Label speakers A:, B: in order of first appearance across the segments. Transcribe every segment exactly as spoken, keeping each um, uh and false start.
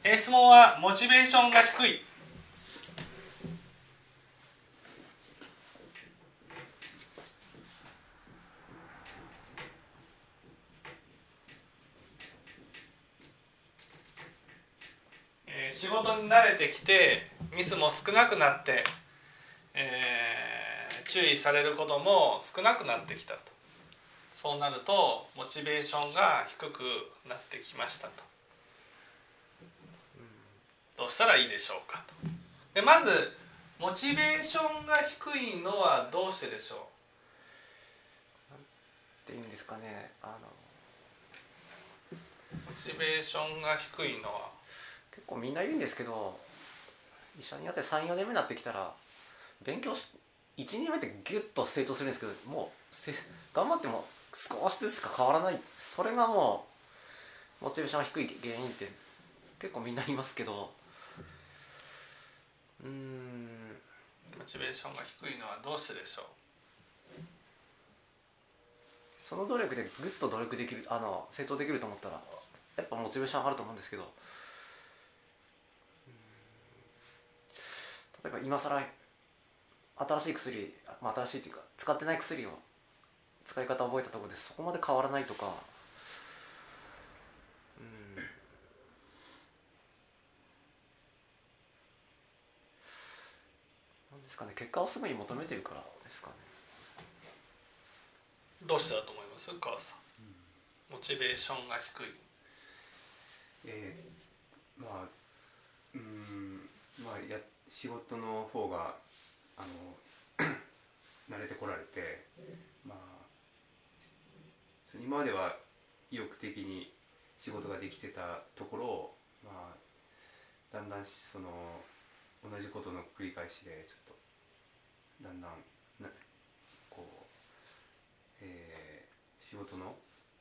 A: えー、質問はモチベーションが低い。えー、仕事に慣れてきてミスも少なくなって、えー、注意されることも少なくなってきたと。そうなるとモチベーションが低くなってきましたと。どうしたらいいでしょうかと。でまずモチベーションが低いのはどうしてでしょう。
B: なんていうんですかね、あの
A: モチベーションが低いのは
B: 結構みんな言うんですけど、医者になってさん、よねんめになってきたら勉強しいちねんめってギュッと成長するんですけど、もうせ頑張っても少しずつしか変わらない。それがもうモチベーションが低い原因って結構みんな言いますけど、うーん
A: モチベーションが低いのはどうしてでしょう。
B: その努力でぐっと努力できる、あの成長できると思ったらやっぱモチベーション上がると思うんですけど、例えば今更新しい薬、まあ、新しいっていうか使ってない薬を使い方を覚えたところでそこまで変わらないとか、うんなんですかね、結果をすぐに求めてるからですかね。
A: どうしてだと思います川さん。モチベーションが低い。
C: えー、まあうーんまあや仕事の方があの慣れてこられて、まあ今までは意欲的に仕事ができてたところを、まあだんだんその同じことの繰り返しでちょっとだんだんなこう、えー、仕事の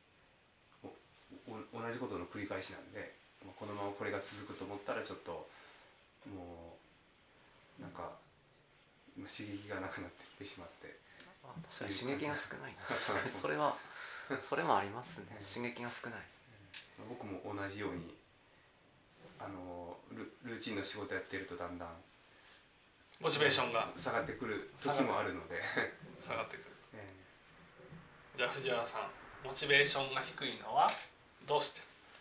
C: おお同じことの繰り返しなんで、このままこれが続くと思ったらちょっともうなんか今刺激がなくなってきてしまって、
B: あ確かに刺激が少ないなそれはそれもありますね。刺激が少ない。
C: 僕も同じようにあの ル, ルーチンの仕事やってるとだんだん
A: モチベーションが
C: 下がってくる時もあるので
A: 下がってくる、
C: え
A: ー、じゃあ藤原さん、モチベーションが低いのはどうして。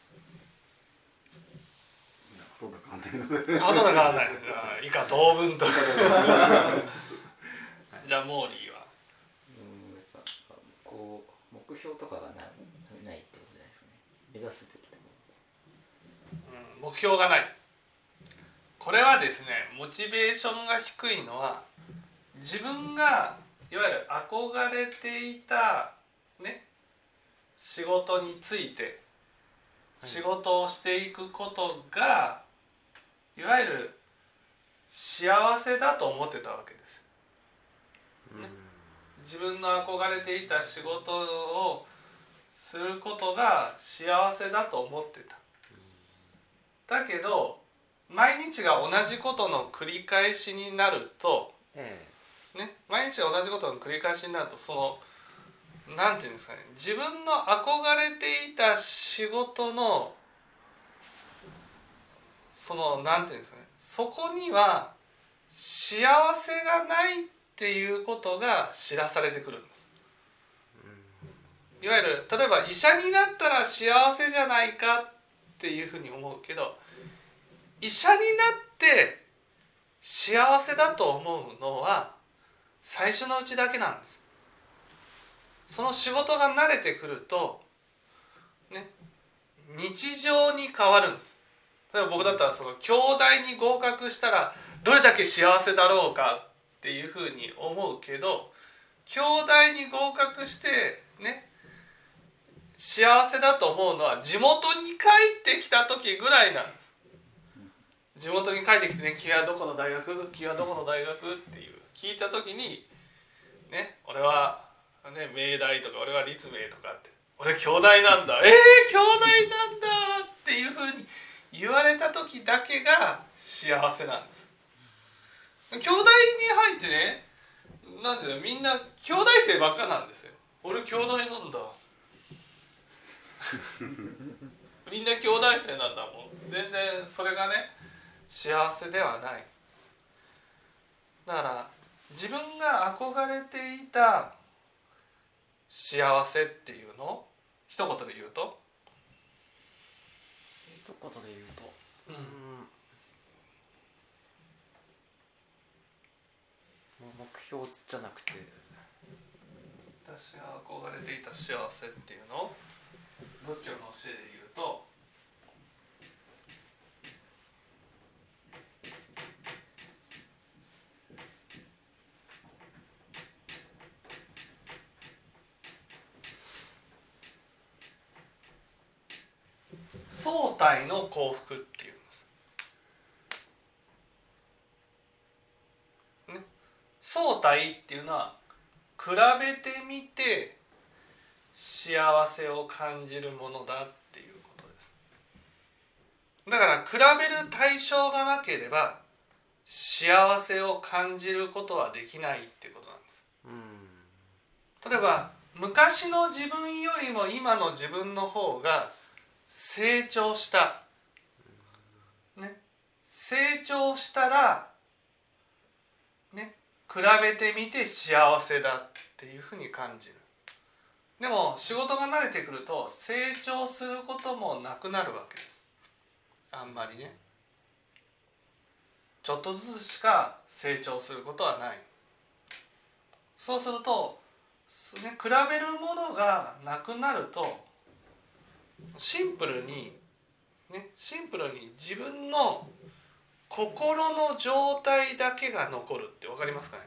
D: ほとんど変わんないので
A: ほとんど変わらない以下同文とじゃあモーリーは
E: うんやっぱこう目標とかがないないってことじゃないですかね。目指すべきとこ
A: ろ、うん、目標がない。これはですね、モチベーションが低いのは自分がいわゆる憧れていたね仕事について仕事をしていくことがいわゆる幸せだと思ってたわけです、ね、自分の憧れていた仕事をすることが幸せだと思ってた。だけど毎日が同じことの繰り返しになると、
B: え
A: ね、毎日が同じことの繰り返しになると、そのなんていうんですかね、自分の憧れていた仕事のそのなんていうんですかね、そこには幸せがないっていうことが知らされてくるんです。いわゆる例えば医者になったら幸せじゃないかっていうふうに思うけど、医者になって幸せだと思うのは最初のうちだけなんです。その仕事が慣れてくるとね、日常に変わるんです。例えば僕だったらその京大に合格したらどれだけ幸せだろうかっていうふうに思うけど、京大に合格してね幸せだと思うのは地元に帰ってきた時ぐらいなんです。地元に帰ってきてね、君はどこの大学君はどこの大学っていう聞いた時にね、俺はね明大とか俺は立明とかって、俺京大なんだ、えー京大なんだっていうふうに言われた時だけが幸せなんです。京大に入ってね、なんていうの、みんな京大生ばっかなんですよ。俺京大なんだみんな京大生なんだもん。 全然それがね幸せではない。だから自分が憧れていた幸せっていうのを一言で言うと
B: 一言で言うと、
A: うん、
B: もう目標じゃなくて、
A: 私が憧れていた幸せっていうのを仏教の教えで言うと、相対の幸福っていうんです、ね、相対っていうのは比べてみて幸せを感じるものだっていうことです。だから比べる対象がなければ幸せを感じることはできないっていうことなんです。
B: うん、
A: 例えば昔の自分よりも今の自分の方が成長した、ね、成長したら、ね、比べてみて幸せだっていうふうに感じる。でも仕事が慣れてくると成長することもなくなるわけです。あんまりね、ちょっとずつしか成長することはない。そうすると、ね、比べるものがなくなるとシンプルに、ね、シンプルに自分の心の状態だけが残るって分かりますかね。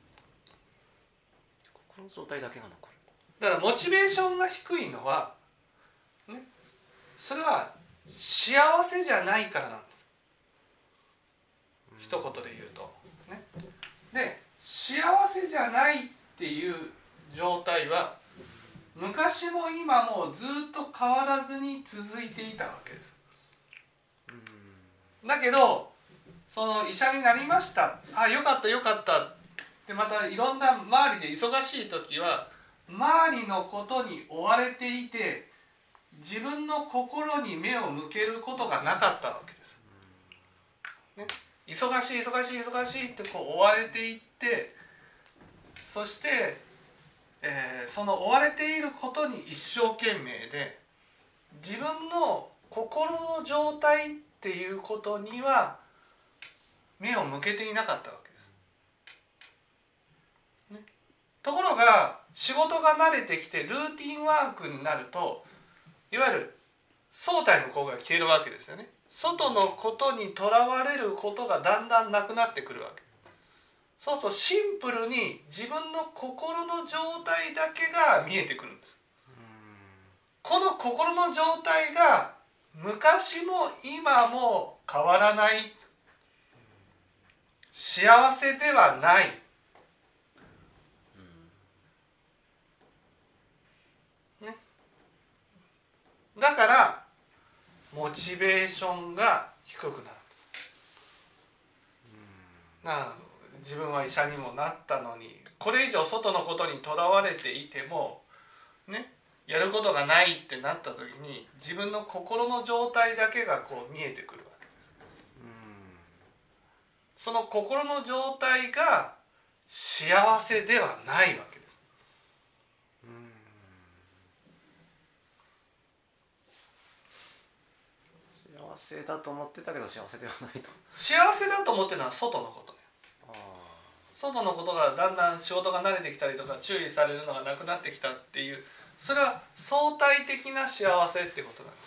B: 心の状態だけが残る。
A: だからモチベーションが低いのは、ね、それは幸せじゃないからなんです。一言で言うと、ね、で幸せじゃないっていう状態は昔も今もずっと変わらずに続いていたわけです。だけどその医者になりました、あ、よかったよかったってまたいろんな周りで忙しい時は周りのことに追われていて自分の心に目を向けることがなかったわけです、ね、忙しい忙しい忙しいってこう追われていって、そしてえー、その追われていることに一生懸命で自分の心の状態っていうことには目を向けていなかったわけです、ね、ところが仕事が慣れてきてルーティンワークになるといわゆる相対の効果が消えるわけですよね。外のことにとらわれることがだんだんなくなってくるわけ。そうするとシンプルに自分の心の状態だけが見えてくるんです。この心の状態が昔も今も変わらない、幸せではない、ね、だからモチベーションが低くなるんです。な自分は医者にもなったのにこれ以上外のことにとらわれていてもね、やることがないってなった時に自分の心の状態だけがこう見えてくるわけです。その心の状態が幸せではないわけです。
B: 幸せだと思ってたけど幸せではないと。
A: 幸せだと思ってるのは外のことね。外のことがだんだん仕事が慣れてきたりとか注意されるのがなくなってきたっていう、それは相対的な幸せってことなんです。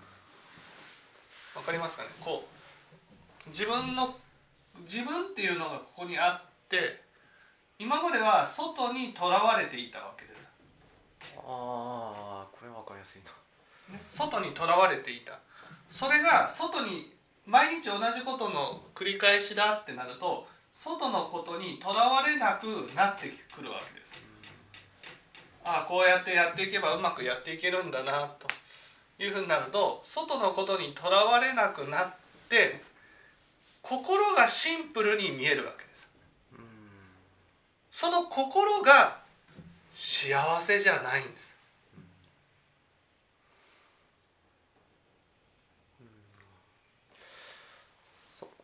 A: わかりますかね。こう自分の自分っていうのがここにあって今までは外にとらわれていたわけです。
B: ああ、これはわかりやすいな、
A: ね、外にとらわれていた。それが外に毎日同じことの繰り返しだってなると外のことにとらわれなくなってくるわけです。ああ、こうやってやっていけばうまくやっていけるんだなというふうになると外のことにとらわれなくなって心がシンプルに見えるわけです。その心が幸せじゃないんです。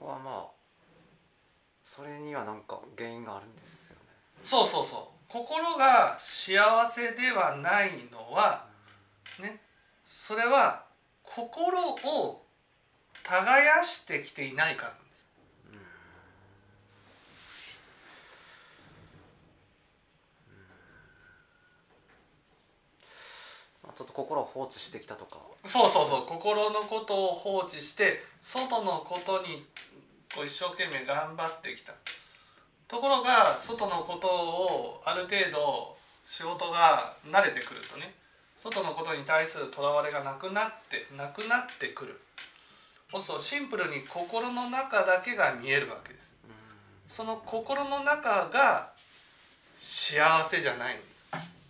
B: こはまあそれには何か原因があるんですよね。
A: そうそうそう、心が幸せではないのはね、それは心を耕してきていないからなんです。
B: まあちょっと心を放置してきたとか。
A: そうそうそう、心のことを放置して外のことにこう一生懸命頑張ってきた。ところが外のことをある程度仕事が慣れてくるとね、外のことに対するとらわれがなくなってなくなってくる。そうするとシンプルに心の中だけが見えるわけです。その心の中が幸せじゃないんです。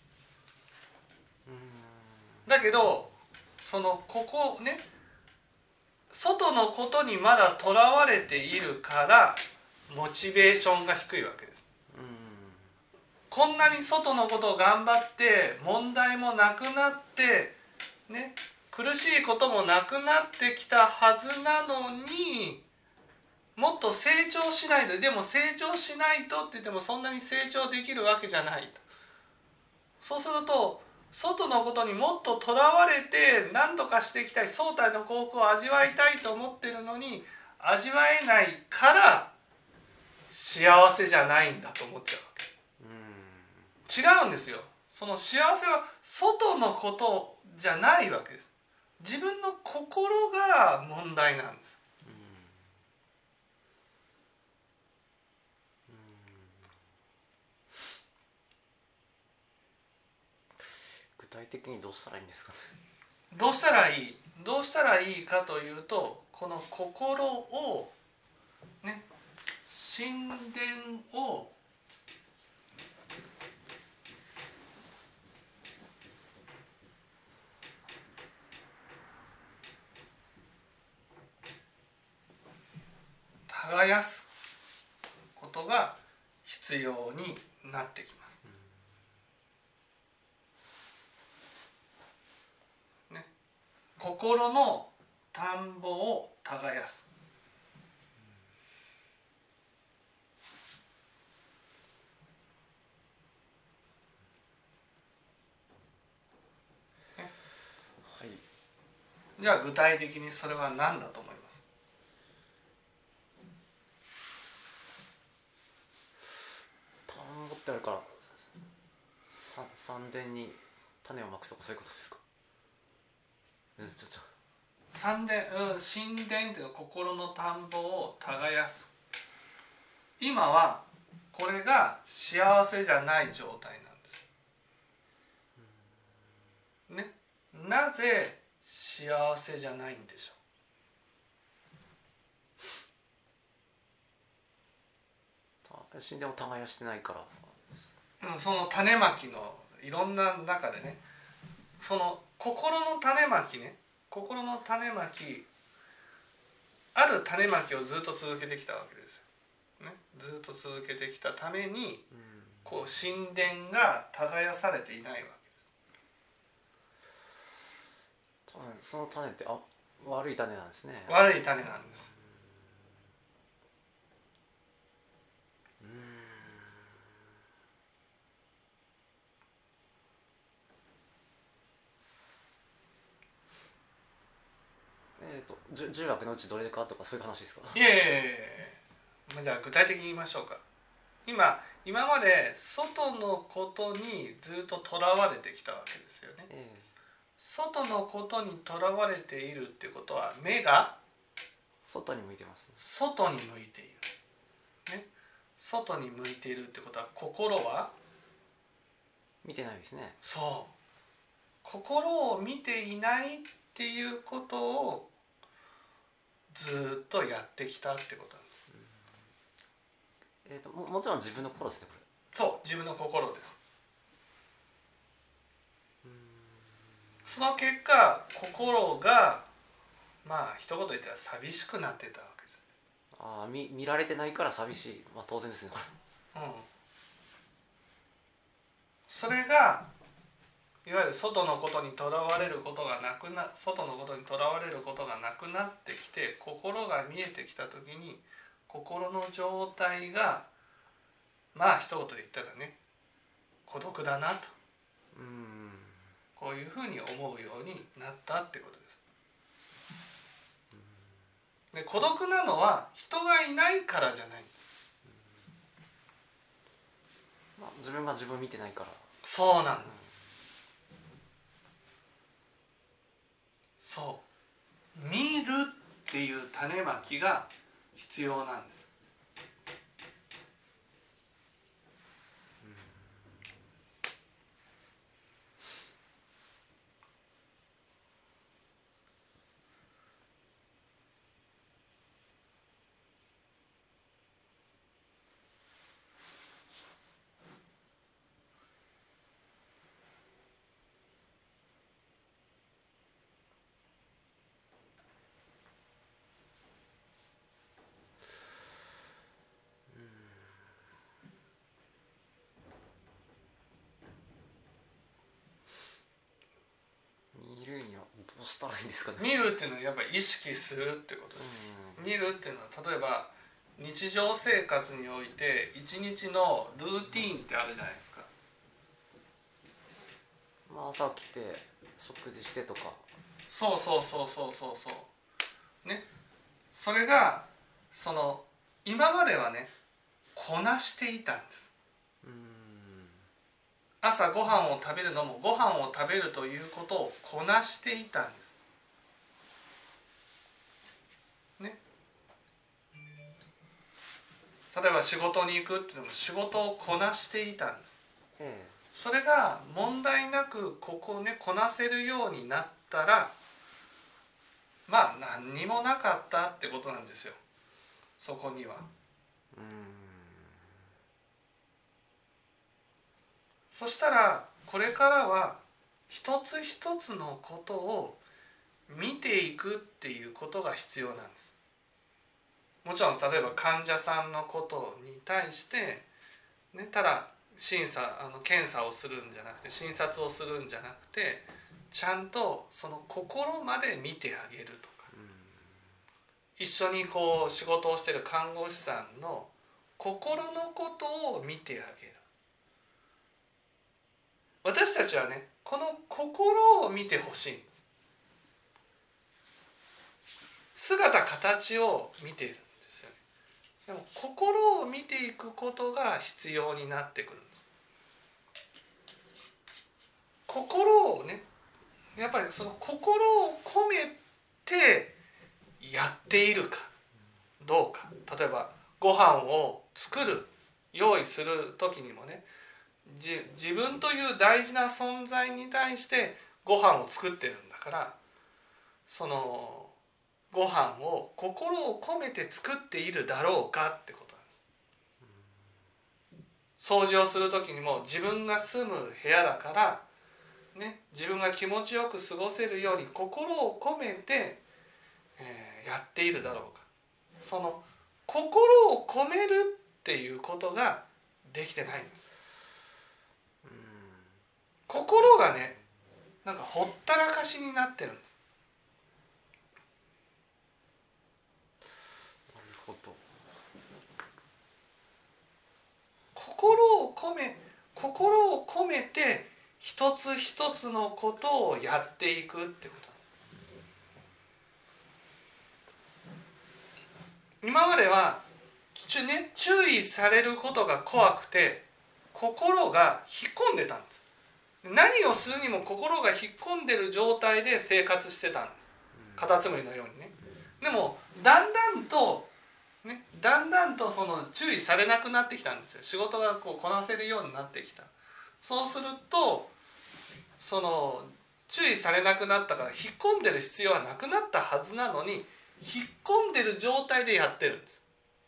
A: だけどそのここね、外のことにまだとらわれているからモチベーションが低いわけです。こんなに外のことを頑張って問題もなくなってね、苦しいこともなくなってきたはずなのに、もっと成長しないと。でも成長しないとって言ってもそんなに成長できるわけじゃないと。そうすると外のことにもっととらわれて何とかしていきたい、相対の幸福を味わいたいと思ってるのに味わえないから幸せじゃないんだと思っちゃうわけ。違うんですよ。その幸せは外のことじゃないわけです。自分の心が問題なんです。
B: 具体的にどうしたらいいんですかね。
A: どうしたらいいどうしたらいいかというと、この心をね、神殿を耕すことが必要になってきます。ね、心の田んぼを耕す。ね、
B: はい。
A: じゃあ具体的にそれは何だと思います？
B: 田んぼってあるからさ三田に種をまくとかそういうことですか。うん、ちょちょ
A: 三田、うん、神殿っていうのは心の田んぼを耕す。今はこれが幸せじゃない状態なんです。ね、なぜ幸せじゃないんでしょ
B: う。神殿を耕してないから。
A: う。うん、その種まきのいろんな中でね、その心の種まきね、心の種まき、ある種まきをずっと続けてきたわけですよ、ね、ずっと続けてきたために、こう神殿が耕されていないわけです。
B: 多分その種ってあ悪い種なんですね。
A: 悪い種なんです。
B: うーんえっ、ー、とじゅう枠のうちどれかとかそういう話ですか。
A: いえいえいえ、じゃあ具体的に言いましょうか。今今まで外のことにずっととらわれてきたわけですよね、えー外のことにとらわれているってことは目が
B: 外に向いてます、ね、
A: 外に向いている、ね、外に向いているってことは心は
B: 見てないですね。
A: そう、心を見ていないっていうことをずっとやってきたってことなんです、
B: うんえー、と も, もちろん自分の心ですねこれ。
A: そう、自分の心です。その結果心がまあ一言言ったら寂しくなってたわけです。
B: ああ 見, 見られてないから寂しい、まあ当然ですねこれ、
A: うん、それがいわゆる外のことにとらわれることがなくな外のことにとらわれることがなくなってきて、心が見えてきたときに、心の状態がまあ一言で言ったらね、孤独だなと、
B: うん、
A: こういうふうに思うようになったってことです。で、孤独なのは人がいないからじゃないんです。
B: まあ、自分が自分見てないから。
A: そうなんです。そう、見るっていう種まきが必要なんです。
B: 見るにはどうしたらいいんですかね。
A: 見るっていうのはやっぱり意識するってことです。見るっていうのは、例えば日常生活において一日のルーティーンってあるじゃないですか。
B: まあ、朝起きて食事してとか。
A: そうそうそうそうそうそうね。それがその今まではね、こなしていたんです。
B: うん、
A: 朝ご飯を食べるのも、ご飯を食べるということをこなしていたんですね。例えば仕事に行くっていうのも仕事をこなしていたんです。
B: ええ、
A: それが問題なくここねこなせるようになったら、まあ何にもなかったってことなんですよ、そこには。
B: うん、
A: そしたらこれからは一つ一つのことを見ていくっていうことが必要なんです。もちろん例えば患者さんのことに対して、ね、ただ審査あの検査をするんじゃなくて、診察をするんじゃなくて、ちゃんとその心まで見てあげるとか、うん、一緒にこう仕事をしている看護師さんの心のことを見てあげる。私たちはね、この心を見てほしいんです。姿形を見ているんですよね。でも心を見ていくことが必要になってくるんです。心をね、やっぱりその心を込めてやっているかどうか。例えばご飯を作る、用意する時にもね、じ自分という大事な存在に対してご飯を作ってるんだから、そのご飯を心を込めて作っているだろうかってことなんです。掃除をする時にも自分が住む部屋だからね、自分が気持ちよく過ごせるように心を込めて、えー、やっているだろうか。その心を込めるっていうことができてないんです。うん、心がね、なんかほったらかしになってるんです。
B: なるほど。
A: 心を込め心を込めて一つ一つのことをやっていくってこと。今まではち、ね、注意されることが怖くて心が引っ込んでたんです。何をするにも心が引っ込んでる状態で生活してたんです。カタツムリのようにね。でもだんだんと、ね、だんだんとその注意されなくなってきたんですよ。仕事がこうこなせるようになってきた。そうするとその注意されなくなったから引っ込んでる必要はなくなったはずなのに、引っ込んでる状態でやってるんです、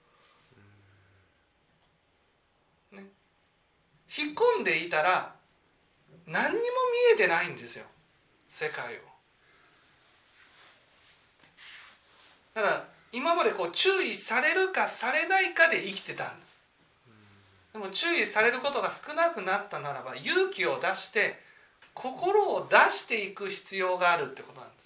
A: ね、引っ込んでいたら何にも見えてないんですよ、世界を。だから今までこう注意されるかされないかで生きてたんです。でも注意されることが少なくなったならば、勇気を出して心を出していく必要があるってことなんです。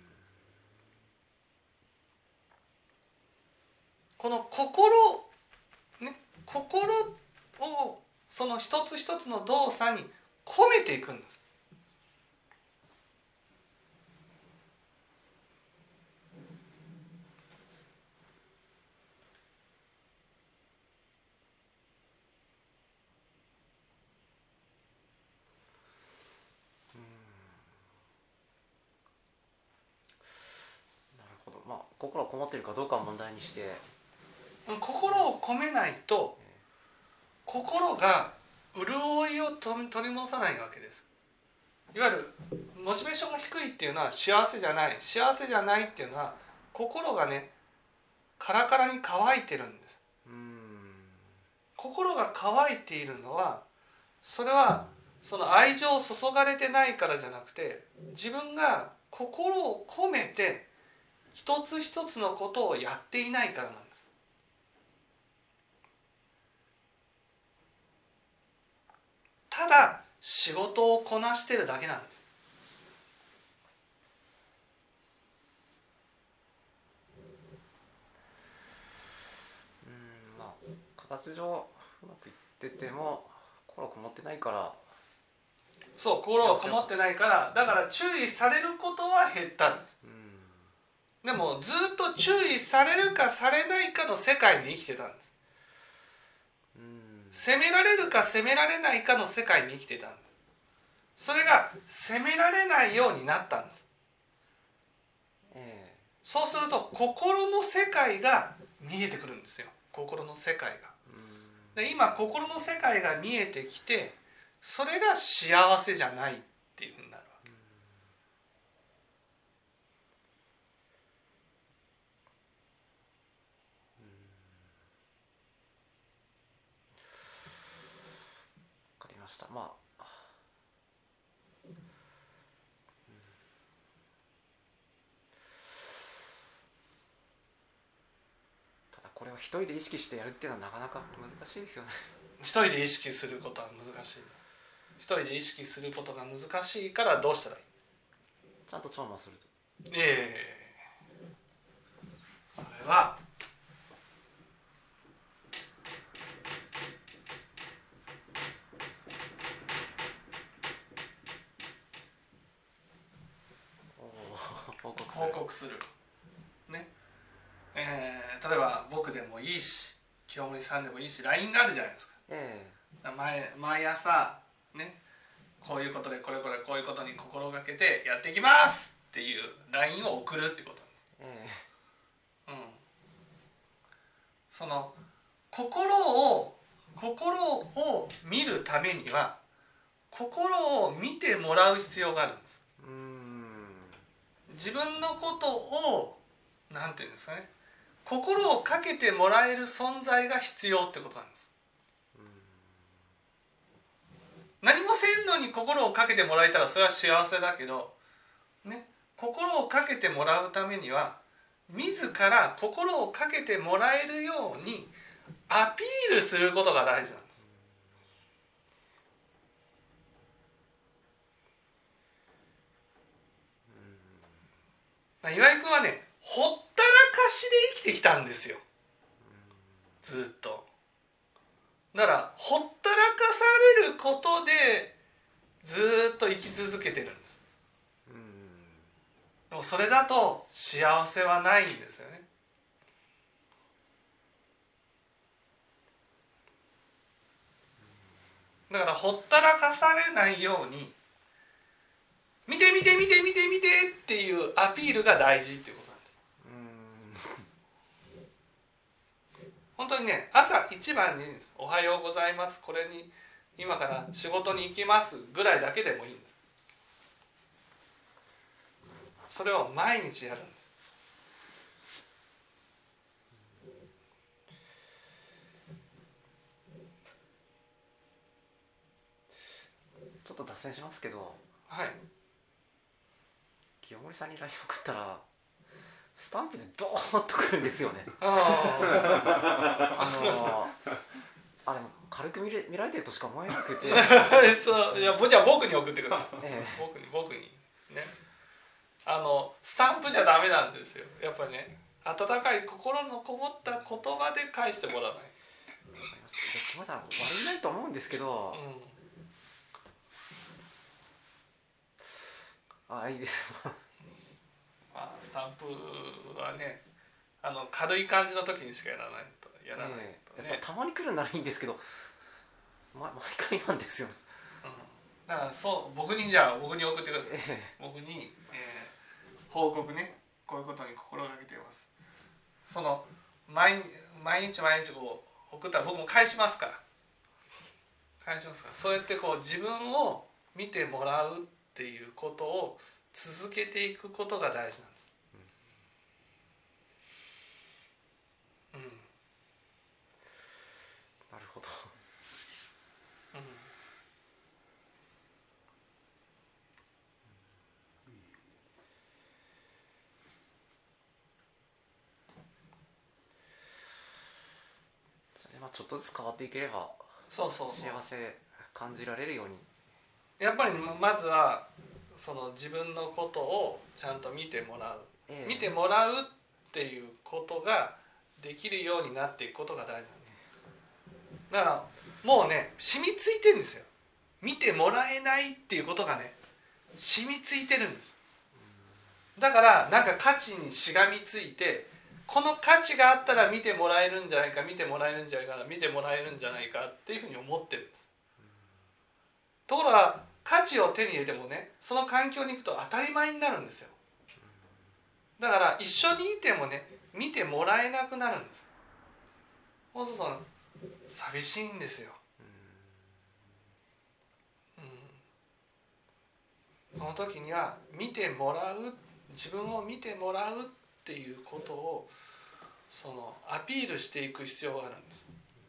A: この心、ね、心をその一つ一つの動作に込めていくんです。
B: まあ、心こもっているかどうかを問題にして、
A: 心を込めないと心が潤いを取り戻さないわけです。いわゆるモチベーションが低いっていうのは幸せじゃない、幸せじゃないっていうのは心がねカラカラに乾いてるんです。
B: うーん
A: 心が乾いているのはそれはその愛情を注がれてないからじゃなくて、自分が心を込めて一つ一つのことをやっていないからなんです。ただ仕事をこなしてるだけなんです。
B: うんまあ形上うまくいってても心こもってないから、
A: そう心がこもってないから、だから注意されることは減ったんです。
B: うん
A: でもずっと注意されるかされないかの世界に生きてたんです。
B: うん
A: 責められるか責められないかの世界に生きてたんです。それが責められないようになったんです。
B: ええ
A: そうすると心の世界が見えてくるんですよ。心の世界が。
B: うん
A: で今心の世界が見えてきて、それが幸せじゃないっていうふうになるわけ。
B: わかりました。まあただこれを一人で意識してやるっていうのはなかなか難しいですよね。
A: 一人で意識することは難しい。一人で意識することが難しいからどうしたらいい？
B: ちゃんと聴聞すると。
A: ええそれは
B: 報告す
A: 報
B: る。
A: 告するね、えー、例えば僕でもいいし清盛さんでもいいし ライン があるじゃないですか。
B: え
A: 毎, 毎朝ねこういうことでこれこれこういうことに心がけてやっていきますっていう ライン を送るってことなんです。
B: ええ
A: うん、その心を心を見るためには心を見てもらう必要があるんです。
B: えうーん
A: 自分のことをなんていうんですかね、心をかけてもらえる存在が必要ってことなんです。何もせんのに心をかけてもらえたらそれは幸せだけど、ね、心をかけてもらうためには自ら心をかけてもらえるようにアピールすることが大事なんです。岩井君はね、ほったらかしで生きてきたんですよ、ずっと。だからほったらかされることでずっと生き続けてるんです。でもそれだと幸せはないんですよね。だからほったらかされないように見て見て見て見て見てっていうアピールが大事っていうことなんです。本当にね、朝一番におはようございます、これに今から仕事に行きますぐらいだけでもいいんです。それを毎日やるんです。
B: ちょっと脱線しますけど、
A: はい。
B: 清盛さんに ライン 送ったらスタンプでドーンとくるんですよね。
A: あ
B: あのあれ軽く見れ見られてるとしか思えなくて
A: そういやじゃあ僕に送ってください、
B: ええ
A: 僕に僕にねあのスタンプじゃダメなんですよやっぱりね温かい心のこもった言葉で返してもらわない。
B: まだ悪いないと思うんですけど、
A: うん、
B: ああいいです
A: まあスタンプはねあの軽い感じの時にしかやらないとやらないとね、
B: ええやっぱたまに来るならいいんですけど、ま、毎回なんですよね、
A: うん、だからそう僕にじゃあ僕に送ってください、
B: ええ
A: 僕に、えー、報告ねこういうことに心がけています。その毎毎日毎日こう送ったら僕も返しますから返しますからそうやってこう自分を見てもらうっていうことを続けていくことが大事なんです、うん、
B: なるほど、
A: うん
B: まあ、ちょっとずつ変わっていければ
A: そうそうそう
B: 幸せ感じられるように
A: やっぱりまずはその自分のことをちゃんと見てもらう、
B: ええ
A: 見てもらうっていうことができるようになっていくことが大事なんです。だからもうね染みついてるんですよ。見てもらえないっていうことがね染みついてるんです。だからなんか価値にしがみついてこの価値があったら見てもらえるんじゃないか見てもらえるんじゃないか見てもらえるんじゃないかっていうふうに思ってるんです。ところが価値を手に入れてもねその環境に行くと当たり前になるんですよ。だから一緒にいてもね見てもらえなくなるんです。そうすると寂しいんですよ、うん、その時には見てもらう自分を見てもらうっていうことをそのアピールしていく必要があるんです。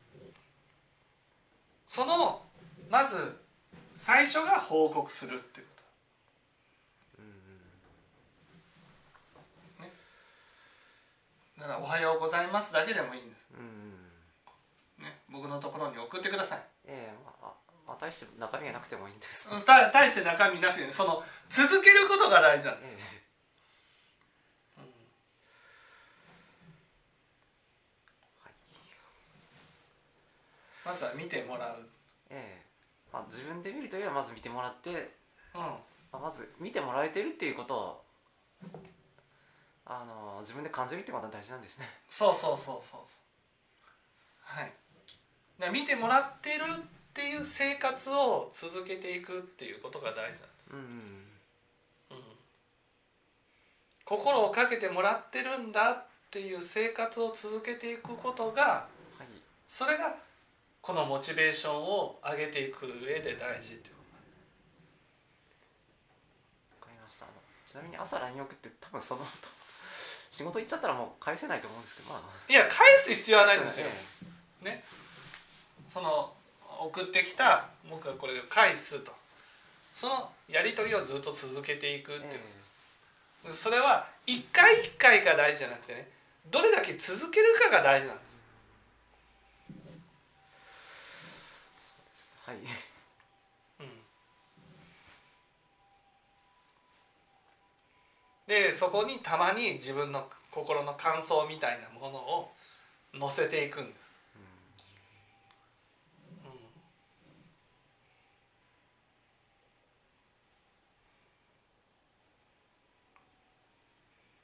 A: そのまず最初が報告するっていうこと、ね、だからおはようございますだけでもいいんです、ね、僕のところに送ってください。
B: ええまあ、まあ大して中身がなくてもいいんです
A: た大して中身なくて、ね、その続けることが大事なんです、
B: ええ
A: まずは見てもらう、
B: ええまあ、自分で見るというよりはまず見てもらって、
A: うん
B: まあ、まず見てもらえてるっていうことをあの自分で感じるってことが大事なんですね。
A: そうそうそうそうそうはい。だから見てもらってるっていう生活を続けていくっていうことが大事なんです、
B: うん
A: うん、心をかけてもらってるんだっていう生活を続けていくことが、
B: はい、
A: それがこのモチベーションを上げていく上で大事っていうこ
B: わかりました。あのちなみに朝 ライン 送って多分その後仕事行っちゃったらもう返せないと思うんですけど、まあ
A: と。いや返す必要はないんですよ、
B: え
A: ね、その送ってきた僕はこれを返すとそのやり取りをずっと続けていくっていうことです、
B: え
A: それは一回一回が大事じゃなくてねどれだけ続けるかが大事なんです、
B: はい、
A: うん、でそこにたまに自分の心の感想みたいなものを乗せていくんです、うん、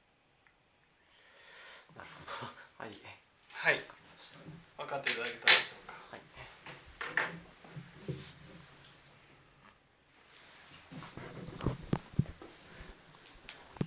B: なるほど。はい、
A: はい分かっていただけたでしょうか。